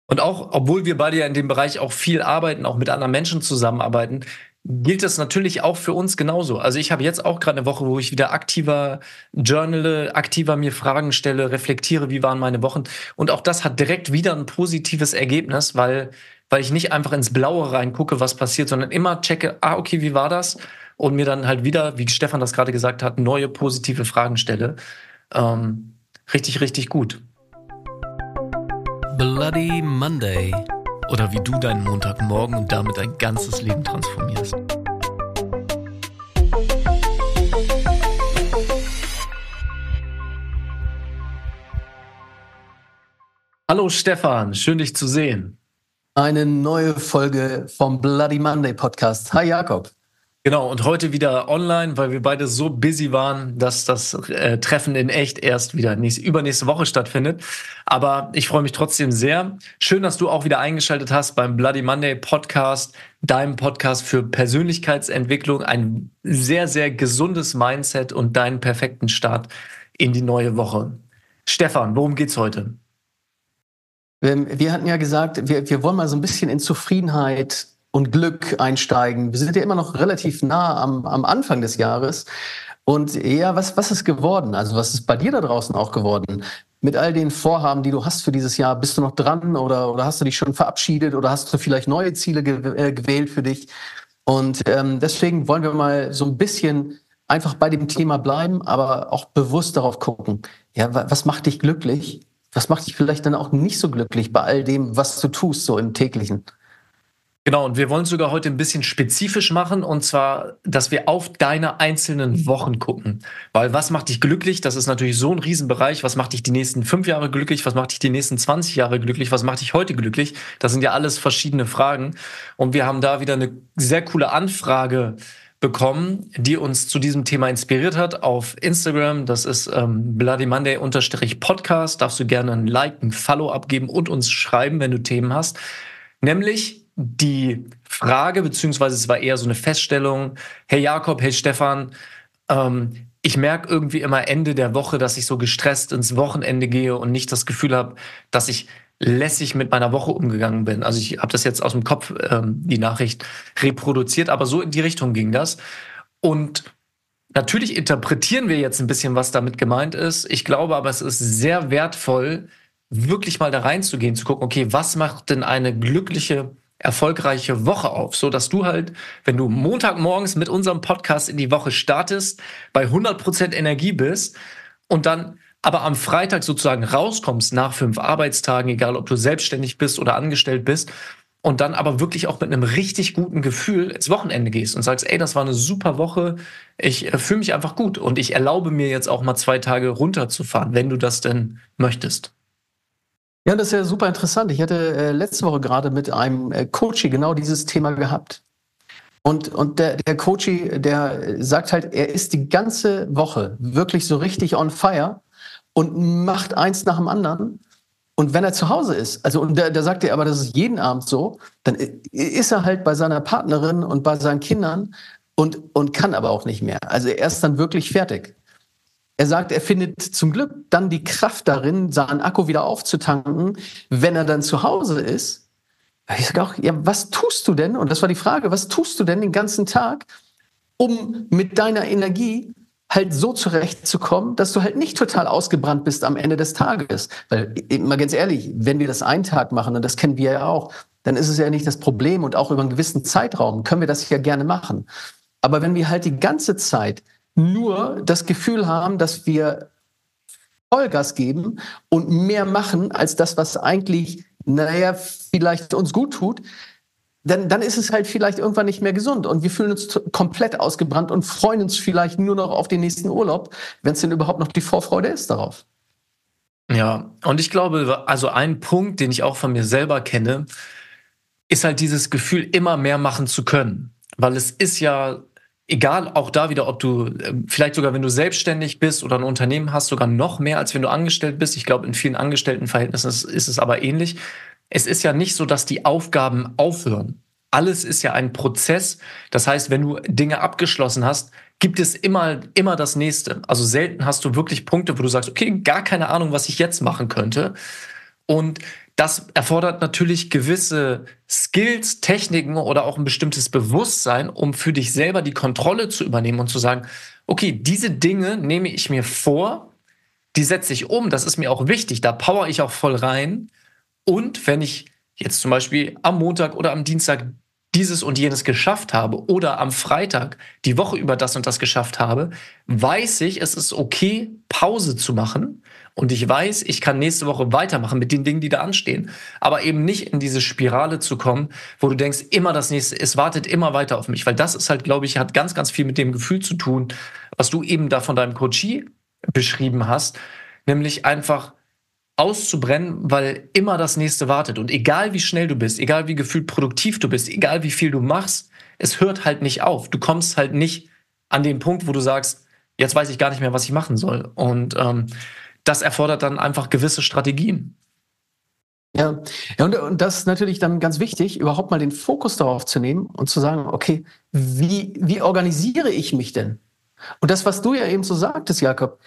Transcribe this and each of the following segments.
Und auch, obwohl wir beide ja in dem Bereich auch viel arbeiten, auch mit anderen Menschen zusammenarbeiten, gilt das natürlich auch für uns genauso. Also ich habe jetzt auch gerade eine Woche, wo ich wieder aktiver journale, aktiver mir Fragen stelle, reflektiere, wie waren meine Wochen. Und auch das hat direkt wieder ein positives Ergebnis, weil ich nicht einfach ins Blaue reingucke, was passiert, sondern immer checke, okay, wie war das? Und mir dann halt wieder, wie Stefan das gerade gesagt hat, neue positive Fragen stelle. Ähm, richtig, richtig gut. Bloody Monday. Oder wie du deinen Montagmorgen und damit dein ganzes Leben transformierst. Hallo Stefan, schön dich zu sehen. Eine neue Folge vom Bloody Monday Podcast. Hi Jakob. Genau, und heute wieder online, weil wir beide so busy waren, dass das Treffen in echt erst wieder übernächste Woche stattfindet. Aber ich freue mich trotzdem sehr. Schön, dass du auch wieder eingeschaltet hast beim Bloody Monday Podcast, deinem Podcast für Persönlichkeitsentwicklung, ein sehr, sehr gesundes Mindset und deinen perfekten Start in die neue Woche. Stefan, worum geht's heute? Wir hatten ja gesagt, wir wollen mal so ein bisschen in Zufriedenheit und Glück einsteigen. Wir sind ja immer noch relativ nah am Anfang des Jahres. Und ja, was ist geworden? Also was ist bei dir da draußen auch geworden? Mit all den Vorhaben, die du hast für dieses Jahr, bist du noch dran oder hast du dich schon verabschiedet oder hast du vielleicht neue Ziele gewählt für dich? Und deswegen wollen wir mal so ein bisschen einfach bei dem Thema bleiben, aber auch bewusst darauf gucken. Ja, was macht dich glücklich? Was macht dich vielleicht dann auch nicht so glücklich bei all dem, was du tust, so im Täglichen? Genau, und wir wollen es sogar heute ein bisschen spezifisch machen, und zwar, dass wir auf deine einzelnen Wochen gucken. Weil was macht dich glücklich? Das ist natürlich so ein Riesenbereich. Was macht dich die nächsten 5 Jahre glücklich? Was macht dich die nächsten 20 Jahre glücklich? Was macht dich heute glücklich? Das sind ja alles verschiedene Fragen. Und wir haben da wieder eine sehr coole Anfrage bekommen, die uns zu diesem Thema inspiriert hat auf Instagram. Das ist Bloody Monday_Podcast. Darfst du gerne ein Like, ein Follow abgeben und uns schreiben, wenn du Themen hast. Nämlich die Frage, beziehungsweise es war eher so eine Feststellung: Hey Jakob, hey Stefan, ich merke irgendwie immer Ende der Woche, dass ich so gestresst ins Wochenende gehe und nicht das Gefühl habe, dass ich lässig mit meiner Woche umgegangen bin. Also ich habe das jetzt aus dem Kopf, die Nachricht reproduziert, aber so in die Richtung ging das. Und natürlich interpretieren wir jetzt ein bisschen, was damit gemeint ist. Ich glaube aber, es ist sehr wertvoll, wirklich mal da reinzugehen, zu gucken, okay, was macht denn eine glückliche, erfolgreiche Woche auf, so dass du halt, wenn du Montagmorgens mit unserem Podcast in die Woche startest, bei 100% Energie bist und dann aber am Freitag sozusagen rauskommst nach 5 Arbeitstagen, egal ob du selbstständig bist oder angestellt bist, und dann aber wirklich auch mit einem richtig guten Gefühl ins Wochenende gehst und sagst, ey, das war eine super Woche, ich fühle mich einfach gut und ich erlaube mir jetzt auch mal 2 Tage runterzufahren, wenn du das denn möchtest. Ja, das ist ja super interessant. Ich hatte letzte Woche gerade mit einem Coachie genau dieses Thema gehabt. Und der Coachie, der sagt halt, er ist die ganze Woche wirklich so richtig on fire und macht eins nach dem anderen. Und wenn er zu Hause ist, also und der sagt er, aber das ist jeden Abend so, dann ist er halt bei seiner Partnerin und bei seinen Kindern und kann aber auch nicht mehr. Also er ist dann wirklich fertig. Er sagt, er findet zum Glück dann die Kraft darin, seinen Akku wieder aufzutanken, wenn er dann zu Hause ist. Ich sage auch, ja, was tust du denn? Und das war die Frage, was tust du denn den ganzen Tag, um mit deiner Energie halt so zurechtzukommen, dass du halt nicht total ausgebrannt bist am Ende des Tages. Weil, mal ganz ehrlich, wenn wir das einen Tag machen, und das kennen wir ja auch, dann ist es ja nicht das Problem, und auch über einen gewissen Zeitraum können wir das ja gerne machen. Aber wenn wir halt die ganze Zeit nur das Gefühl haben, dass wir Vollgas geben und mehr machen als das, was eigentlich, vielleicht uns gut tut, dann ist es halt vielleicht irgendwann nicht mehr gesund und wir fühlen uns komplett ausgebrannt und freuen uns vielleicht nur noch auf den nächsten Urlaub, wenn es denn überhaupt noch die Vorfreude ist darauf. Ja, und ich glaube, also ein Punkt, den ich auch von mir selber kenne, ist halt dieses Gefühl, immer mehr machen zu können. Weil es ist ja egal, auch da wieder, ob du vielleicht sogar, wenn du selbstständig bist oder ein Unternehmen hast, sogar noch mehr, als wenn du angestellt bist. Ich glaube, in vielen Angestelltenverhältnissen ist es aber ähnlich. Es ist ja nicht so, dass die Aufgaben aufhören. Alles ist ja ein Prozess. Das heißt, wenn du Dinge abgeschlossen hast, gibt es immer das Nächste. Also selten hast du wirklich Punkte, wo du sagst, okay, gar keine Ahnung, was ich jetzt machen könnte. Und Das erfordert natürlich gewisse Skills, Techniken oder auch ein bestimmtes Bewusstsein, um für dich selber die Kontrolle zu übernehmen und zu sagen, okay, diese Dinge nehme ich mir vor, die setze ich um, das ist mir auch wichtig, da power ich auch voll rein. Und wenn ich jetzt zum Beispiel am Montag oder am Dienstag dieses und jenes geschafft habe oder am Freitag die Woche über das und das geschafft habe, weiß ich, es ist okay, Pause zu machen. Und ich weiß, ich kann nächste Woche weitermachen mit den Dingen, die da anstehen. Aber eben nicht in diese Spirale zu kommen, wo du denkst, immer das nächste, es wartet immer weiter auf mich. Weil das ist halt, glaube ich, hat ganz, ganz viel mit dem Gefühl zu tun, was du eben da von deinem Coachie beschrieben hast. Nämlich einfach auszubrennen, weil immer das nächste wartet. Und egal wie schnell du bist, egal wie gefühlt produktiv du bist, egal wie viel du machst, es hört halt nicht auf. Du kommst halt nicht an den Punkt, wo du sagst, jetzt weiß ich gar nicht mehr, was ich machen soll. Und das erfordert dann einfach gewisse Strategien. Ja, und das ist natürlich dann ganz wichtig, überhaupt mal den Fokus darauf zu nehmen und zu sagen, okay, wie organisiere ich mich denn? Und das, was du ja eben so sagtest, Jakob,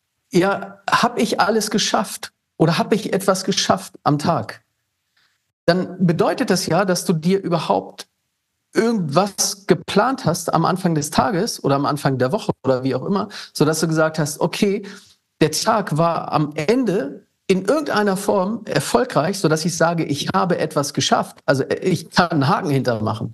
ja, habe ich alles geschafft oder habe ich etwas geschafft am Tag? Dann bedeutet das ja, dass du dir überhaupt irgendwas geplant hast am Anfang des Tages oder am Anfang der Woche oder wie auch immer, sodass du gesagt hast, okay, der Tag war am Ende in irgendeiner Form erfolgreich, sodass ich sage, ich habe etwas geschafft. Also ich kann einen Haken hintermachen.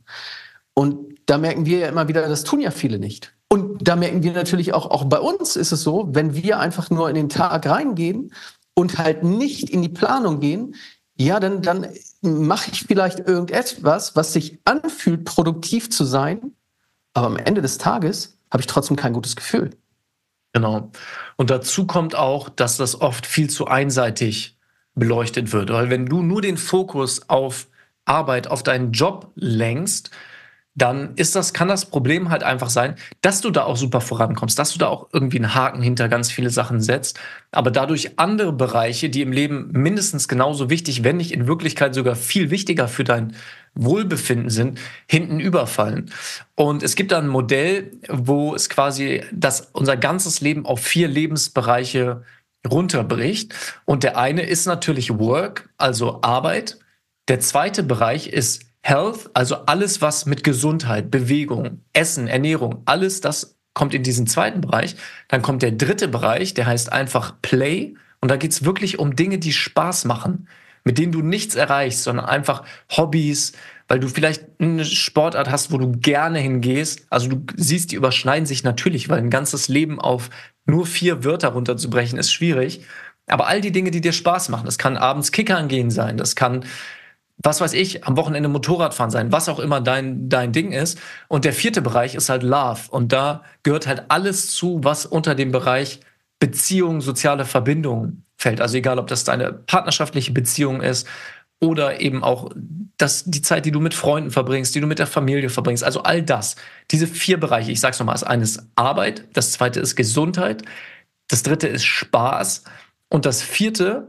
Und da merken wir ja immer wieder, das tun ja viele nicht. Und da merken wir natürlich auch bei uns ist es so, wenn wir einfach nur in den Tag reingehen und halt nicht in die Planung gehen, ja, dann mache ich vielleicht irgendetwas, was sich anfühlt, produktiv zu sein, aber am Ende des Tages habe ich trotzdem kein gutes Gefühl. Genau. Und dazu kommt auch, dass das oft viel zu einseitig beleuchtet wird. Weil wenn du nur den Fokus auf Arbeit, auf deinen Job lenkst, dann kann das Problem halt einfach sein, dass du da auch super vorankommst, dass du da auch irgendwie einen Haken hinter ganz viele Sachen setzt, aber dadurch andere Bereiche, die im Leben mindestens genauso wichtig, wenn nicht in Wirklichkeit sogar viel wichtiger für dein Wohlbefinden sind, hinten überfallen. Und es gibt da ein Modell, wo es quasi unser ganzes Leben auf 4 Lebensbereiche runterbricht. Und der eine ist natürlich Work, also Arbeit. Der zweite Bereich ist Health, also alles, was mit Gesundheit, Bewegung, Essen, Ernährung, alles das kommt in diesen zweiten Bereich. Dann kommt der dritte Bereich, der heißt einfach Play. Und da geht es wirklich um Dinge, die Spaß machen, mit denen du nichts erreichst, sondern einfach Hobbys, weil du vielleicht eine Sportart hast, wo du gerne hingehst. Also du siehst, die überschneiden sich natürlich, weil ein ganzes Leben auf nur 4 Wörter runterzubrechen, ist schwierig. Aber all die Dinge, die dir Spaß machen, das kann abends Kickern gehen sein, das kann, was weiß ich, am Wochenende Motorradfahren sein, was auch immer dein Ding ist. Und der vierte Bereich ist halt Love. Und da gehört halt alles zu, was unter dem Bereich Beziehung, soziale Verbindung fällt. Also egal, ob das deine partnerschaftliche Beziehung ist oder eben auch die Zeit, die du mit Freunden verbringst, die du mit der Familie verbringst. Also all das. Diese 4 Bereiche, ich sag's nochmal, das eine ist Arbeit, das zweite ist Gesundheit, das dritte ist Spaß und das vierte,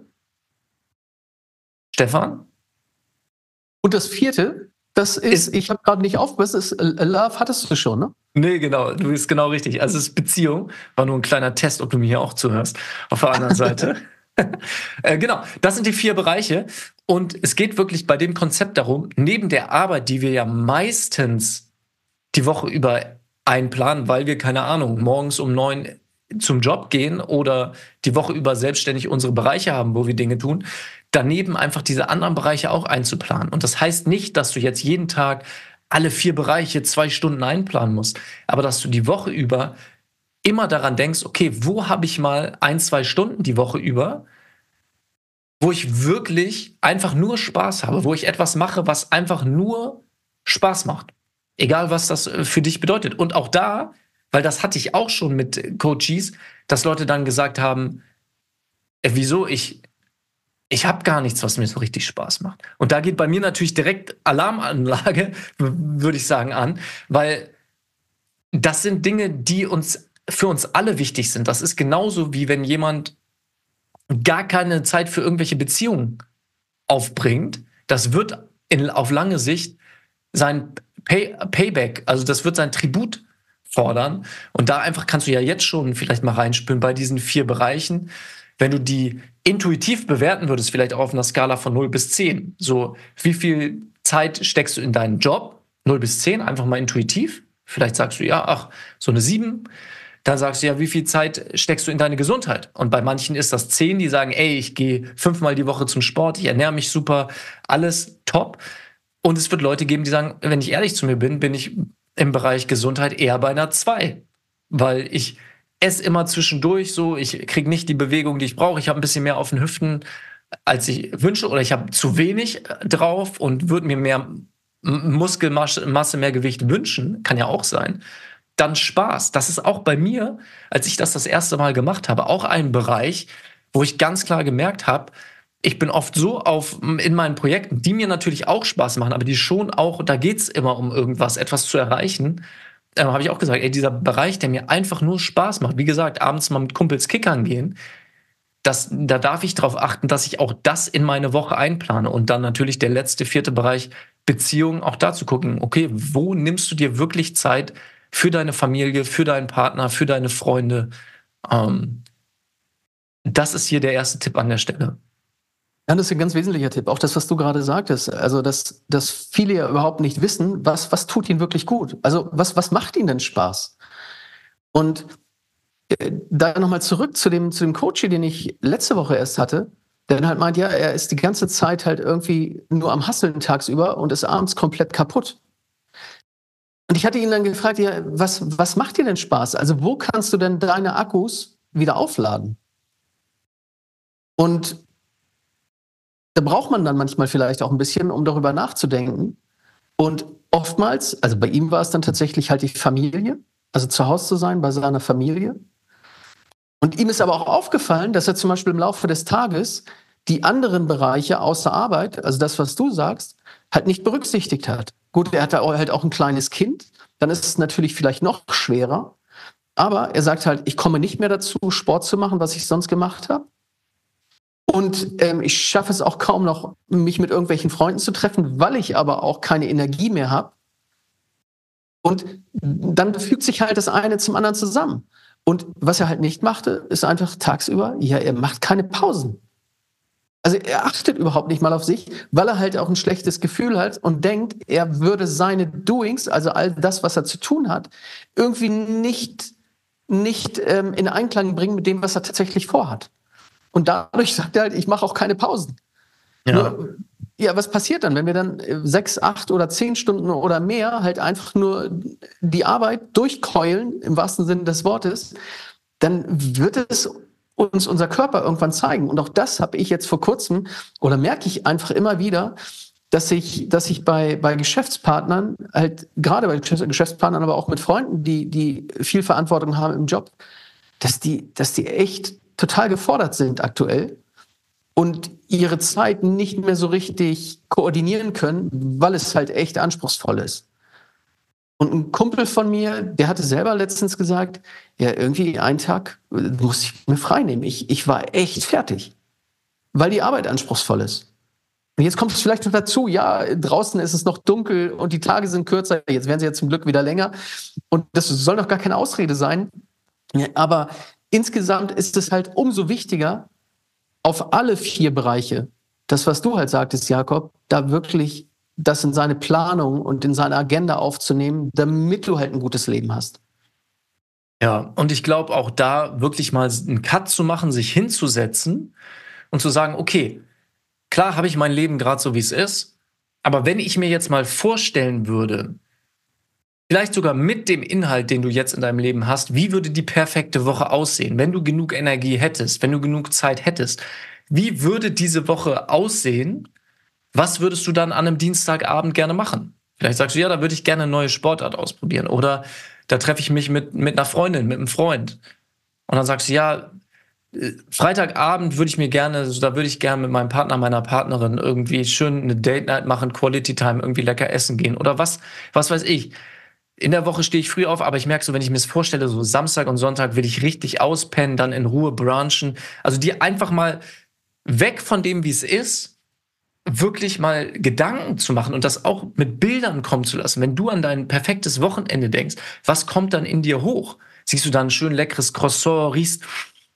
Stefan? Und das vierte, das ist, ich habe gerade nicht aufgepasst, ist Love hattest du schon, ne? Nee, genau, du bist genau richtig. Also es ist Beziehung, war nur ein kleiner Test, ob du mir hier auch zuhörst. Auf der anderen Seite. Genau, das sind die 4 Bereiche. Und es geht wirklich bei dem Konzept darum, neben der Arbeit, die wir ja meistens die Woche über einplanen, weil wir, keine Ahnung, morgens um 9 zum Job gehen oder die Woche über selbstständig unsere Bereiche haben, wo wir Dinge tun, daneben einfach diese anderen Bereiche auch einzuplanen. Und das heißt nicht, dass du jetzt jeden Tag alle 4 Bereiche 2 Stunden einplanen musst, aber dass du die Woche über immer daran denkst, okay, wo habe ich mal 1, 2 Stunden die Woche über, wo ich wirklich einfach nur Spaß habe, wo ich etwas mache, was einfach nur Spaß macht. Egal, was das für dich bedeutet. Und auch da, weil das hatte ich auch schon mit Coaches, dass Leute dann gesagt haben, wieso, ich habe gar nichts, was mir so richtig Spaß macht. Und da geht bei mir natürlich direkt Alarmanlage, würde ich sagen, an, weil das sind Dinge, die für uns alle wichtig sind. Das ist genauso wie wenn jemand gar keine Zeit für irgendwelche Beziehungen aufbringt. Das wird auf lange Sicht sein Payback, also das wird sein Tribut fordern. Und da einfach kannst du ja jetzt schon vielleicht mal reinspüren bei diesen 4 Bereichen. wenn du die intuitiv bewerten würdest, vielleicht auch auf einer Skala von 0 bis 10, so wie viel Zeit steckst du in deinen Job? 0 bis 10, einfach mal intuitiv. Vielleicht sagst du, ja, ach, so eine 7. Dann sagst du, ja, wie viel Zeit steckst du in deine Gesundheit? Und bei manchen ist das 10, die sagen, ey, ich gehe 5-mal die Woche zum Sport, ich ernähre mich super, alles top. Und es wird Leute geben, die sagen, wenn ich ehrlich zu mir bin ich im Bereich Gesundheit eher bei einer 2. Weil ich esse immer zwischendurch so, ich kriege nicht die Bewegung, die ich brauche. Ich habe ein bisschen mehr auf den Hüften, als ich wünsche. Oder ich habe zu wenig drauf und würde mir mehr Muskelmasse, mehr Gewicht wünschen. Kann ja auch sein. Dann Spaß. Das ist auch bei mir, als ich das erste Mal gemacht habe, auch ein Bereich, wo ich ganz klar gemerkt habe, ich bin oft so in meinen Projekten, die mir natürlich auch Spaß machen, aber die schon auch, da geht's immer um irgendwas, etwas zu erreichen. Habe ich auch gesagt, ey, dieser Bereich, der mir einfach nur Spaß macht, wie gesagt, abends mal mit Kumpels kickern gehen, da darf ich darauf achten, dass ich auch das in meine Woche einplane. Und dann natürlich der letzte, 4. Bereich, Beziehungen, auch da zu gucken, okay, wo nimmst du dir wirklich Zeit für deine Familie, für deinen Partner, für deine Freunde? Das ist hier der erste Tipp an der Stelle. Ja, das ist ein ganz wesentlicher Tipp. Auch das, was du gerade sagtest. Also, dass viele ja überhaupt nicht wissen, was tut ihnen wirklich gut. Also, was macht ihnen denn Spaß? Und da nochmal zurück zu dem Coach, den ich letzte Woche erst hatte, der dann halt meint, ja, er ist die ganze Zeit halt irgendwie nur am Hasseln tagsüber und ist abends komplett kaputt. Und ich hatte ihn dann gefragt, ja, was macht dir denn Spaß? Also, wo kannst du denn deine Akkus wieder aufladen? Und da braucht man dann manchmal vielleicht auch ein bisschen, um darüber nachzudenken. Und oftmals, also bei ihm war es dann tatsächlich halt die Familie, also zu Hause zu sein bei seiner Familie. Und ihm ist aber auch aufgefallen, dass er zum Beispiel im Laufe des Tages die anderen Bereiche außer Arbeit, also das, was du sagst, halt nicht berücksichtigt hat. Gut, er hatte halt auch ein kleines Kind, dann ist es natürlich vielleicht noch schwerer. Aber er sagt halt, ich komme nicht mehr dazu, Sport zu machen, was ich sonst gemacht habe. Und ich schaffe es auch kaum noch, mich mit irgendwelchen Freunden zu treffen, weil ich aber auch keine Energie mehr habe. Und dann fügt sich halt das eine zum anderen zusammen. Und was er halt nicht machte, ist einfach tagsüber, ja, er macht keine Pausen. Also er achtet überhaupt nicht mal auf sich, weil er halt auch ein schlechtes Gefühl hat und denkt, er würde seine Doings, also all das, was er zu tun hat, irgendwie nicht in Einklang bringen mit dem, was er tatsächlich vorhat. Und dadurch sagt er halt, ich mache auch keine Pausen. Ja. Nur, ja, was passiert dann, wenn wir dann 6, 8 oder 10 Stunden oder mehr halt einfach nur die Arbeit durchkeulen, im wahrsten Sinne des Wortes, dann wird es uns unser Körper irgendwann zeigen. Und auch das habe ich jetzt vor kurzem, oder merke ich einfach immer wieder, dass ich bei Geschäftspartnern, halt gerade bei Geschäftspartnern, aber auch mit Freunden, die viel Verantwortung haben im Job, dass die echt total gefordert sind aktuell und ihre Zeit nicht mehr so richtig koordinieren können, weil es halt echt anspruchsvoll ist. Und ein Kumpel von mir, der hatte selber letztens gesagt, ja, irgendwie einen Tag muss ich mir frei nehmen. Ich war echt fertig, weil die Arbeit anspruchsvoll ist. Und jetzt kommt es vielleicht noch dazu, ja, draußen ist es noch dunkel und die Tage sind kürzer. Jetzt werden sie ja zum Glück wieder länger. Und das soll doch gar keine Ausrede sein. Ja, aber insgesamt ist es halt umso wichtiger, auf alle 4 Bereiche, das, was du halt sagtest, Jakob, da wirklich das in seine Planung und in seine Agenda aufzunehmen, damit du halt ein gutes Leben hast. Ja, und ich glaube auch da wirklich mal einen Cut zu machen, sich hinzusetzen und zu sagen, okay, klar habe ich mein Leben gerade so, wie es ist, aber wenn ich mir jetzt mal vorstellen würde, vielleicht sogar mit dem Inhalt, den du jetzt in deinem Leben hast, wie würde die perfekte Woche aussehen, wenn du genug Energie hättest, wenn du genug Zeit hättest? Wie würde diese Woche aussehen? Was würdest du dann an einem Dienstagabend gerne machen? Vielleicht sagst du, ja, da würde ich gerne eine neue Sportart ausprobieren. Oder da treffe ich mich mit einer Freundin, mit einem Freund. Und dann sagst du, ja, Freitagabend würde ich gerne mit meinem Partner, meiner Partnerin irgendwie schön eine Date Night machen, Quality Time, irgendwie lecker essen gehen. Oder was weiß ich. In der Woche stehe ich früh auf, aber ich merke so, wenn ich mir das vorstelle, so Samstag und Sonntag will ich richtig auspennen, dann in Ruhe brunchen. Also dir einfach mal weg von dem, wie es ist, wirklich mal Gedanken zu machen und das auch mit Bildern kommen zu lassen. Wenn du an dein perfektes Wochenende denkst, was kommt dann in dir hoch? Siehst du da ein schön leckeres Croissant, riechst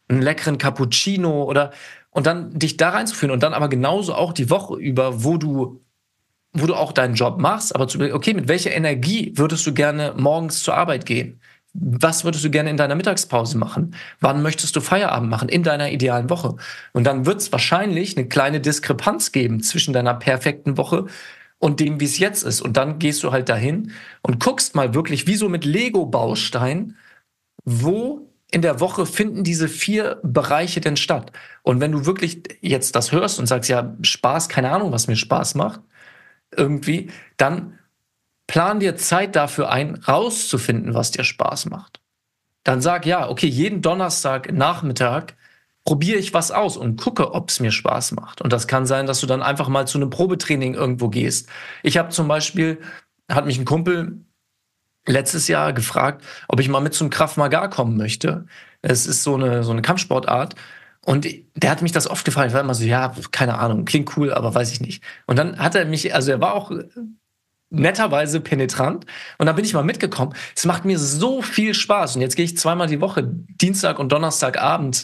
einen leckeren Cappuccino und dann dich da reinzuführen und dann aber genauso auch die Woche über, wo du auch deinen Job machst, aber okay, mit welcher Energie würdest du gerne morgens zur Arbeit gehen? Was würdest du gerne in deiner Mittagspause machen? Wann möchtest du Feierabend machen in deiner idealen Woche? Und dann wird es wahrscheinlich eine kleine Diskrepanz geben zwischen deiner perfekten Woche und dem, wie es jetzt ist. Und dann gehst du halt dahin und guckst mal wirklich wie so mit Lego-Bausteinen, wo in der Woche finden diese 4 Bereiche denn statt? Und wenn du wirklich jetzt das hörst und sagst, ja, Spaß, keine Ahnung, was mir Spaß macht, irgendwie, dann plan dir Zeit dafür ein, rauszufinden, was dir Spaß macht. Dann sag, ja, okay, jeden Donnerstag Nachmittag probiere ich was aus und gucke, ob es mir Spaß macht. Und das kann sein, dass du dann einfach mal zu einem Probetraining irgendwo gehst. Ich habe zum Beispiel, hat mich ein Kumpel letztes Jahr gefragt, ob ich mal mit zum Krav Maga kommen möchte. Es ist so eine Kampfsportart. Und der hat mich das oft gefragt. Ich war immer so, ja, keine Ahnung, klingt cool, aber weiß ich nicht. Und dann hat er mich, also er war auch netterweise penetrant. Und da bin ich mal mitgekommen. Es macht mir so viel Spaß. Und jetzt gehe ich 2-mal die Woche, Dienstag und Donnerstagabend,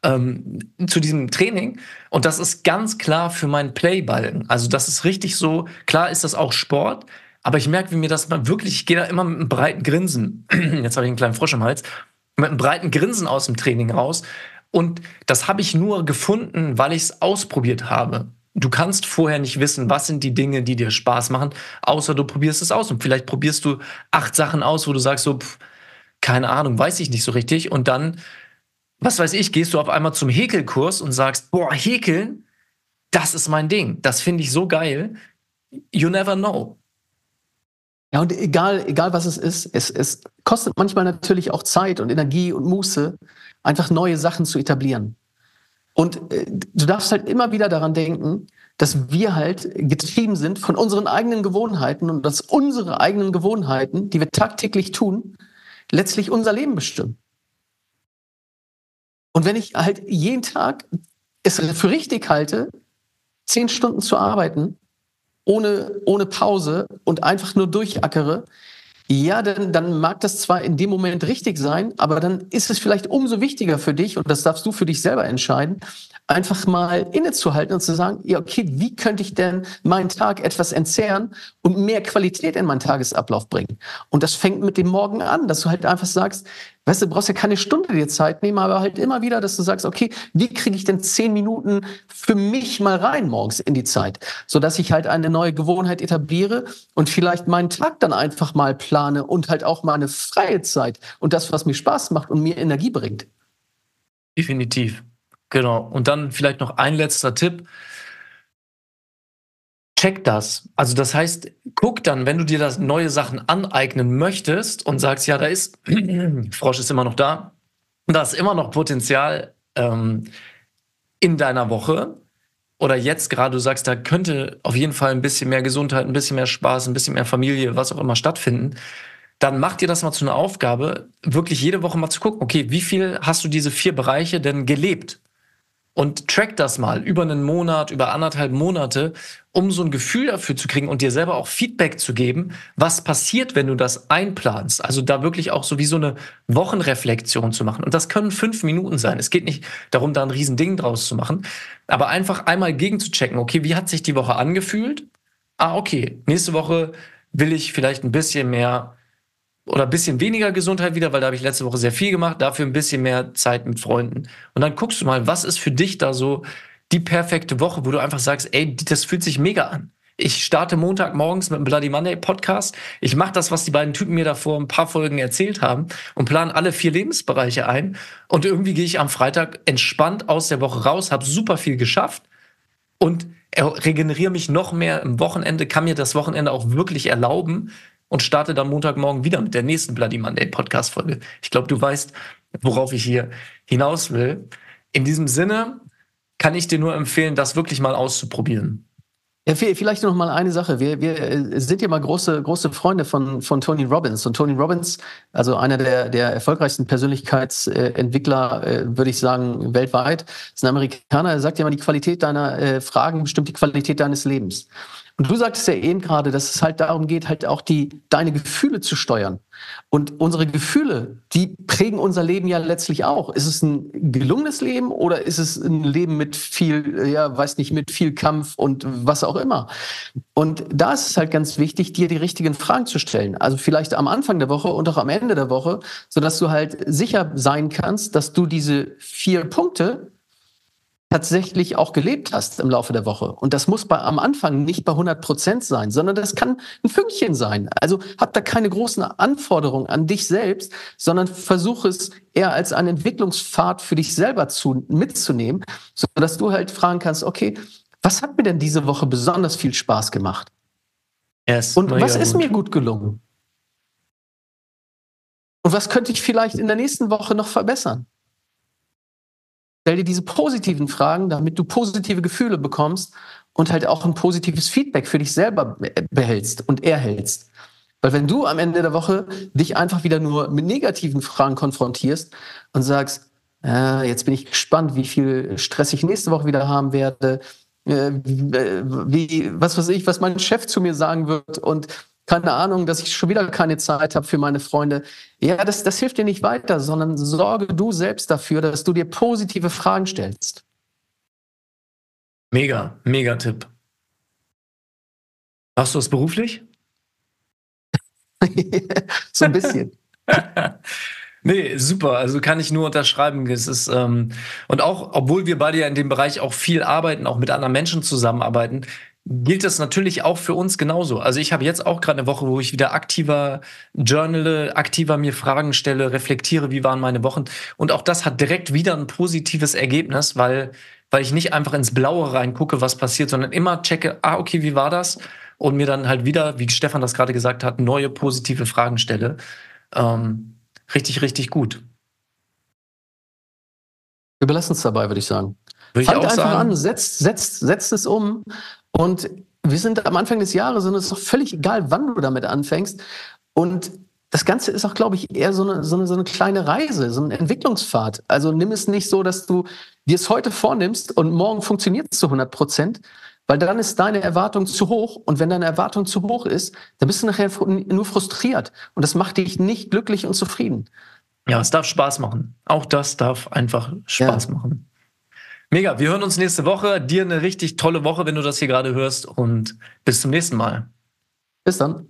zu diesem Training. Und das ist ganz klar für meinen Playballen. Also das ist richtig so, klar ist das auch Sport, aber ich merke, wie mir das mal wirklich, ich gehe da immer mit einem breiten Grinsen, jetzt habe ich einen kleinen Frosch im Hals, mit einem breiten Grinsen aus dem Training raus. Und das habe ich nur gefunden, weil ich es ausprobiert habe. Du kannst vorher nicht wissen, was sind die Dinge, die dir Spaß machen, außer du probierst es aus. Und vielleicht probierst du 8 Sachen aus, wo du sagst so, keine Ahnung, weiß ich nicht so richtig. Und dann, was weiß ich, gehst du auf einmal zum Häkelkurs und sagst, boah, Häkeln, das ist mein Ding. Das finde ich so geil. You never know. Ja, und egal was es ist, es kostet manchmal natürlich auch Zeit und Energie und Muße, einfach neue Sachen zu etablieren. Und du darfst halt immer wieder daran denken, dass wir halt getrieben sind von unseren eigenen Gewohnheiten und dass unsere eigenen Gewohnheiten, die wir tagtäglich tun, letztlich unser Leben bestimmen. Und wenn ich halt jeden Tag es für richtig halte, 10 Stunden zu arbeiten, ohne Pause und einfach nur durchackere, ja, dann mag das zwar in dem Moment richtig sein, aber dann ist es vielleicht umso wichtiger für dich, und das darfst du für dich selber entscheiden, einfach mal innezuhalten und zu sagen, ja, okay, wie könnte ich denn meinen Tag etwas entzerren und mehr Qualität in meinen Tagesablauf bringen? Und das fängt mit dem Morgen an, dass du halt einfach sagst, weißt du, brauchst ja keine Stunde dir Zeit nehmen, aber halt immer wieder, dass du sagst, okay, wie kriege ich denn 10 Minuten für mich mal rein morgens in die Zeit, sodass ich halt eine neue Gewohnheit etabliere und vielleicht meinen Tag dann einfach mal plane und halt auch mal eine freie Zeit und das, was mir Spaß macht und mir Energie bringt. Definitiv. Genau. Und dann vielleicht noch ein letzter Tipp. Check das. Also das heißt, guck dann, wenn du dir das neue Sachen aneignen möchtest und sagst, ja, da ist, Frosch ist immer noch da, da ist immer noch Potenzial in deiner Woche oder jetzt gerade, du sagst, da könnte auf jeden Fall ein bisschen mehr Gesundheit, ein bisschen mehr Spaß, ein bisschen mehr Familie, was auch immer stattfinden, dann mach dir das mal zu einer Aufgabe, wirklich jede Woche mal zu gucken, okay, wie viel hast du diese 4 Bereiche denn gelebt? Und track das mal über einen Monat, über 1,5 Monate, um so ein Gefühl dafür zu kriegen und dir selber auch Feedback zu geben, was passiert, wenn du das einplanst. Also da wirklich auch so wie so eine Wochenreflexion zu machen. Und das können 5 Minuten sein. Es geht nicht darum, da ein Riesending draus zu machen, aber einfach einmal gegenzuchecken, okay, wie hat sich die Woche angefühlt? Ah, okay, nächste Woche will ich vielleicht ein bisschen mehr oder ein bisschen weniger Gesundheit wieder, weil da habe ich letzte Woche sehr viel gemacht, dafür ein bisschen mehr Zeit mit Freunden. Und dann guckst du mal, was ist für dich da so die perfekte Woche, wo du einfach sagst, ey, das fühlt sich mega an. Ich starte Montagmorgens mit einem Bloody Monday Podcast. Ich mache das, was die beiden Typen mir davor ein paar Folgen erzählt haben und plane alle 4 Lebensbereiche ein. Und irgendwie gehe ich am Freitag entspannt aus der Woche raus, habe super viel geschafft und regeneriere mich noch mehr im Wochenende, kann mir das Wochenende auch wirklich erlauben, und starte dann Montagmorgen wieder mit der nächsten Bloody Monday Podcast-Folge. Ich glaube, du weißt, worauf ich hier hinaus will. In diesem Sinne kann ich dir nur empfehlen, das wirklich mal auszuprobieren. Ja, vielleicht noch mal eine Sache. Wir sind ja mal große Freunde von Tony Robbins. Und Tony Robbins, also einer der erfolgreichsten Persönlichkeitsentwickler, würde ich sagen, weltweit, ist ein Amerikaner. Er sagt ja mal, die Qualität deiner Fragen bestimmt die Qualität deines Lebens. Und du sagtest ja eben gerade, dass es halt darum geht, halt auch deine Gefühle zu steuern. Und unsere Gefühle, die prägen unser Leben ja letztlich auch. Ist es ein gelungenes Leben oder ist es ein Leben mit viel, mit viel Kampf und was auch immer? Und da ist es halt ganz wichtig, dir die richtigen Fragen zu stellen. Also vielleicht am Anfang der Woche und auch am Ende der Woche, sodass du halt sicher sein kannst, dass du diese 4 Punkte tatsächlich auch gelebt hast im Laufe der Woche. Und das muss am Anfang nicht bei 100% sein, sondern das kann ein Fünkchen sein. Also hab da keine großen Anforderungen an dich selbst, sondern versuch es eher als einen Entwicklungspfad für dich selber mitzunehmen, sodass du halt fragen kannst, okay, was hat mir denn diese Woche besonders viel Spaß gemacht? Yes, Und was ist mir gut gelungen? Und was könnte ich vielleicht in der nächsten Woche noch verbessern? Stell dir diese positiven Fragen, damit du positive Gefühle bekommst und halt auch ein positives Feedback für dich selber behältst und erhältst. Weil wenn du am Ende der Woche dich einfach wieder nur mit negativen Fragen konfrontierst und sagst, jetzt bin ich gespannt, wie viel Stress ich nächste Woche wieder haben werde, was mein Chef zu mir sagen wird und keine Ahnung, dass ich schon wieder keine Zeit habe für meine Freunde. Ja, das hilft dir nicht weiter, sondern sorge du selbst dafür, dass du dir positive Fragen stellst. Mega, mega Tipp. Machst du das beruflich? So ein bisschen. Nee, super. Also kann ich nur unterschreiben. Es ist, und auch, obwohl wir beide ja in dem Bereich auch viel arbeiten, auch mit anderen Menschen zusammenarbeiten, gilt das natürlich auch für uns genauso. Also ich habe jetzt auch gerade eine Woche, wo ich wieder aktiver journale, aktiver mir Fragen stelle, reflektiere, wie waren meine Wochen. Und auch das hat direkt wieder ein positives Ergebnis, weil ich nicht einfach ins Blaue reingucke, was passiert, sondern immer checke, okay, wie war das? Und mir dann halt wieder, wie Stefan das gerade gesagt hat, neue positive Fragen stelle. Richtig, richtig gut. Wir belassen es dabei, würde ich sagen. Würde ich Fangt auch einfach sagen. an, setzt es um. Und wir sind am Anfang des Jahres und es ist doch völlig egal, wann du damit anfängst. Und das Ganze ist auch, glaube ich, eher so eine kleine Reise, so ein Entwicklungspfad. Also nimm es nicht so, dass du dir es heute vornimmst und morgen funktioniert es zu 100%, weil dann ist deine Erwartung zu hoch. Und wenn deine Erwartung zu hoch ist, dann bist du nachher nur frustriert. Und das macht dich nicht glücklich und zufrieden. Ja, es darf Spaß machen. Auch das darf einfach Spaß machen. Mega, wir hören uns nächste Woche. Dir eine richtig tolle Woche, wenn du das hier gerade hörst. Und bis zum nächsten Mal. Bis dann.